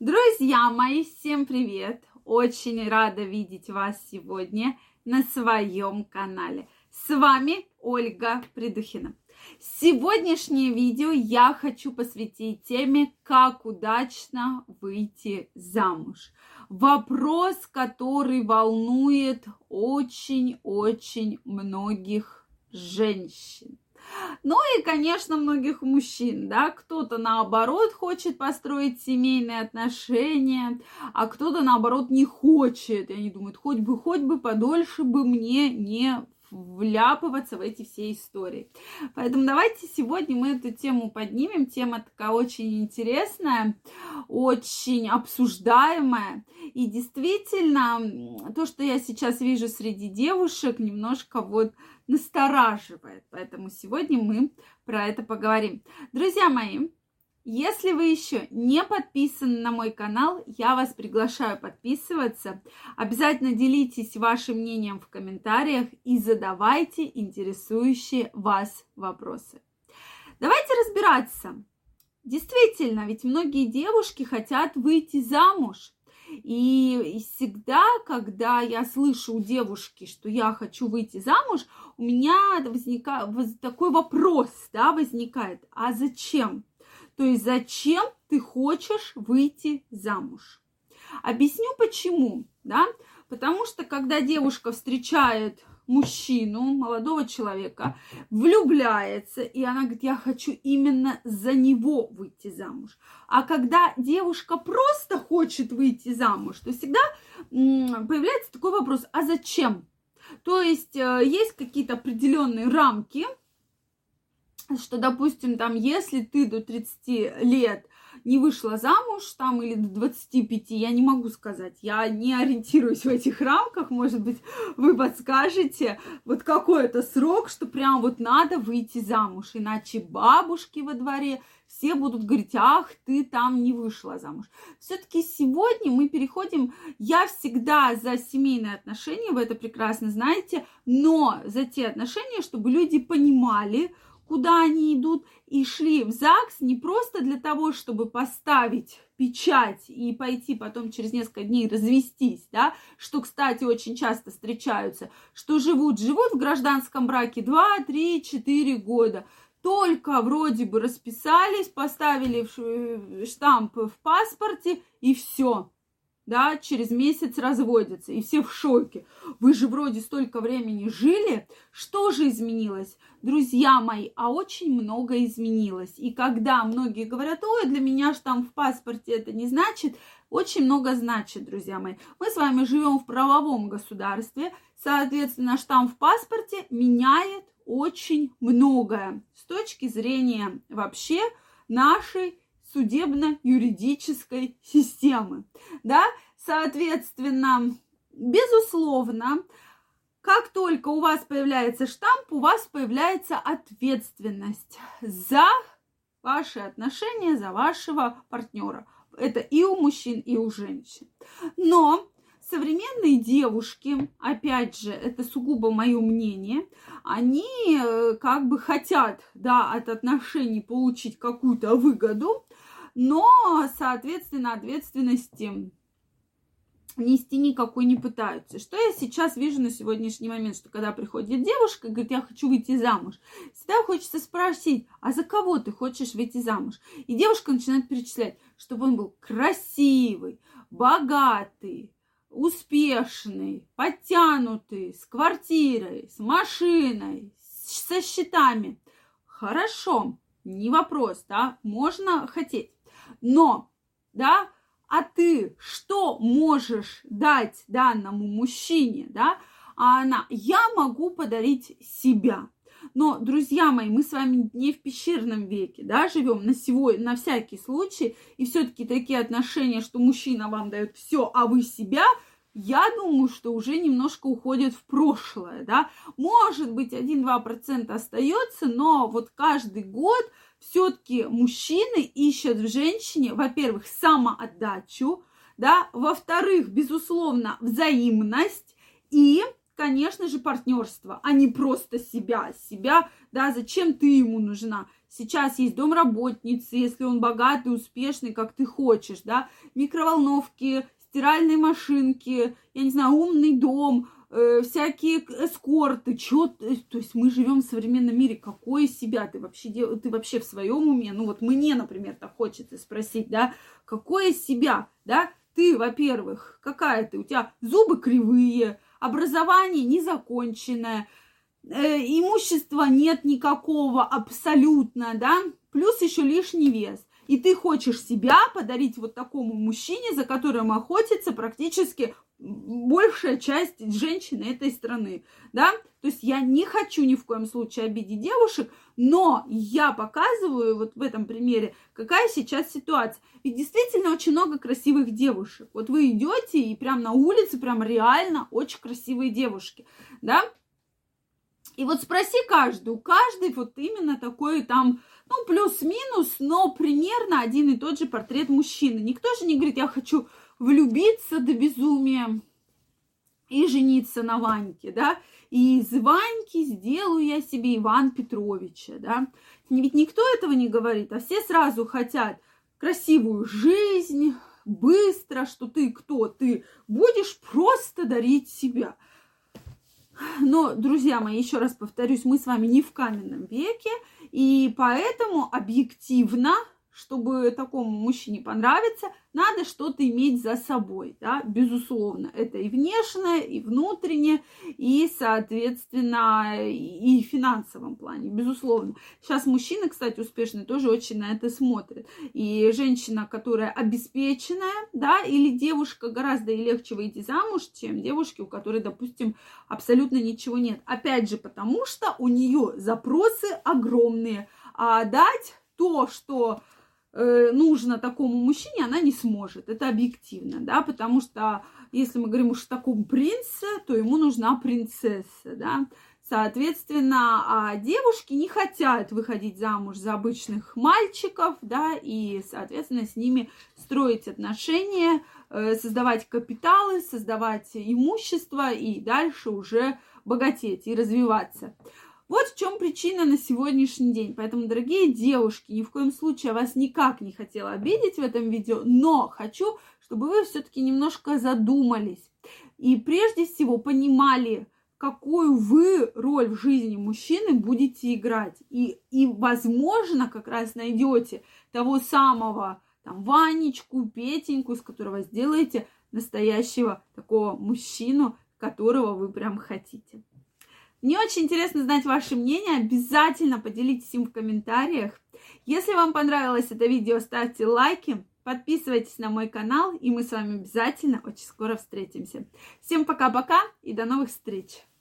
Друзья мои, всем привет! Очень рада видеть вас сегодня на своем канале. С вами Ольга Придухина. Сегодняшнее видео я хочу посвятить теме, как удачно выйти замуж. Вопрос, который волнует очень-очень многих женщин. Ну и, конечно, многих мужчин, да, кто-то наоборот хочет построить семейные отношения, а кто-то наоборот не хочет, и они думают, хоть бы подольше бы мне не вляпываться в эти все истории. Поэтому давайте сегодня мы эту тему поднимем. Тема такая очень интересная, очень обсуждаемая. И действительно, то, что я сейчас вижу среди девушек, немножко вот настораживает. Поэтому сегодня мы про это поговорим. Друзья мои, если вы еще не подписаны на мой канал, я вас приглашаю подписываться. Обязательно делитесь вашим мнением в комментариях и задавайте интересующие вас вопросы. Давайте разбираться. Действительно, ведь многие девушки хотят выйти замуж. И всегда, когда я слышу у девушки, что я хочу выйти замуж, у меня возникает такой вопрос, да, возникает, а зачем? То есть зачем ты хочешь выйти замуж? Объясню почему, да? Потому что когда девушка встречает мужчину, молодого человека, влюбляется, и она говорит, я хочу именно за него выйти замуж. А когда девушка просто хочет выйти замуж, то всегда появляется такой вопрос, а зачем? То есть есть какие-то определенные рамки, что, допустим, там, если ты до 30 лет не вышла замуж, там, или до 25, я не могу сказать, я не ориентируюсь в этих рамках, может быть, вы подскажете, вот какой это срок, что прям вот надо выйти замуж, иначе бабушки во дворе все будут говорить, ах, ты там не вышла замуж. Все-таки сегодня мы переходим, я всегда за семейные отношения, вы это прекрасно знаете, но за те отношения, чтобы люди понимали, куда они идут, и шли в ЗАГС не просто для того, чтобы поставить печать и пойти потом через несколько дней развестись, да, что, кстати, очень часто встречаются, что живут в гражданском браке 2, 3, 4 года, только вроде бы расписались, поставили штамп в паспорте и все. Да, через месяц разводятся, и все в шоке. Вы же вроде столько времени жили, что же изменилось? Друзья мои, а очень много изменилось. И когда многие говорят, ой, для меня штамп в паспорте это не значит, очень много значит, друзья мои. Мы с вами живем в правовом государстве, соответственно, штамп в паспорте меняет очень многое с точки зрения вообще нашей судебно-юридической системы, да, соответственно, безусловно, как только у вас появляется штамп, у вас появляется ответственность за ваши отношения, за вашего партнера. Это и у мужчин, и у женщин. Но современные девушки, опять же, это сугубо мое мнение, они как бы хотят, да, от отношений получить какую-то выгоду, но, соответственно, ответственности нести никакой не пытаются. Что я сейчас вижу на сегодняшний момент, что когда приходит девушка и говорит, я хочу выйти замуж, всегда хочется спросить, а за кого ты хочешь выйти замуж? И девушка начинает перечислять, чтобы он был красивый, богатый, успешный, подтянутый, с квартирой, с машиной, со счетами. Хорошо, не вопрос, да, можно хотеть. Но, да, а ты что можешь дать данному мужчине, да? А она, я могу подарить себя. Но, друзья мои, мы с вами не в пещерном веке, да, живем на всякий случай, и все-таки такие отношения, что мужчина вам дает все, а вы себя, я думаю, что уже немножко уходит в прошлое, да. Может быть, 1-2% остается, но вот каждый год все-таки мужчины ищут в женщине, во-первых, самоотдачу, да, во-вторых, безусловно, взаимность и конечно же, партнерство, а не просто себя. Себя, да, зачем ты ему нужна? Сейчас есть домработницы, если он богатый, успешный, как ты хочешь, да, микроволновки, стиральные машинки, я не знаю, умный дом, всякие эскорты, то есть мы живем в современном мире, какое себя ты вообще в своем уме? Ну вот мне, например, так хочется спросить, да, какое себя, да? Ты, во-первых, какая ты? У тебя зубы кривые, образование незаконченное, имущества нет никакого абсолютно, да? Плюс еще лишний вес. И ты хочешь себя подарить вот такому мужчине, за которым охотится практически большая часть женщин этой страны, да? То есть я не хочу ни в коем случае обидеть девушек, но я показываю вот в этом примере, какая сейчас ситуация. Ведь действительно очень много красивых девушек. Вот вы идете и прям на улице, прям реально очень красивые девушки, да? И вот спроси каждую, каждый вот именно такой там, ну, плюс-минус, но примерно один и тот же портрет мужчины. Никто же не говорит, я хочу влюбиться до безумия и жениться на Ваньке, да, и из Ваньки сделаю я себе Ивана Петровича, да. Ведь никто этого не говорит, а все сразу хотят красивую жизнь, быстро, что ты кто? Ты будешь просто дарить себя. Но, друзья мои, еще раз повторюсь, мы с вами не в каменном веке, и поэтому объективно, чтобы такому мужчине понравиться, надо что-то иметь за собой, да, безусловно. Это и внешнее, и внутреннее, и, соответственно, и в финансовом плане, безусловно. Сейчас мужчины, кстати, успешные, тоже очень на это смотрят. И женщина, которая обеспеченная, да, или девушка, гораздо и легче выйти замуж, чем девушки, у которой, допустим, абсолютно ничего нет. Опять же, потому что у нее запросы огромные, а дать то, что нужно такому мужчине, она не сможет. Это объективно, да, потому что если мы говорим уж о таком принце, то ему нужна принцесса, да. Соответственно, а девушки не хотят выходить замуж за обычных мальчиков, да, и, соответственно, с ними строить отношения, создавать капиталы, создавать имущество и дальше уже богатеть и развиваться. Вот в чем причина на сегодняшний день. Поэтому, дорогие девушки, ни в коем случае я вас никак не хотела обидеть в этом видео, но хочу, чтобы вы все-таки немножко задумались и прежде всего понимали, какую вы роль в жизни мужчины будете играть. И возможно, как раз найдете того самого там, Ванечку, Петеньку, с которого сделаете настоящего такого мужчину, которого вы прям хотите. Мне очень интересно знать ваше мнение. Обязательно поделитесь им в комментариях. Если вам понравилось это видео, ставьте лайки, подписывайтесь на мой канал, и мы с вами обязательно очень скоро встретимся. Всем пока-пока и до новых встреч!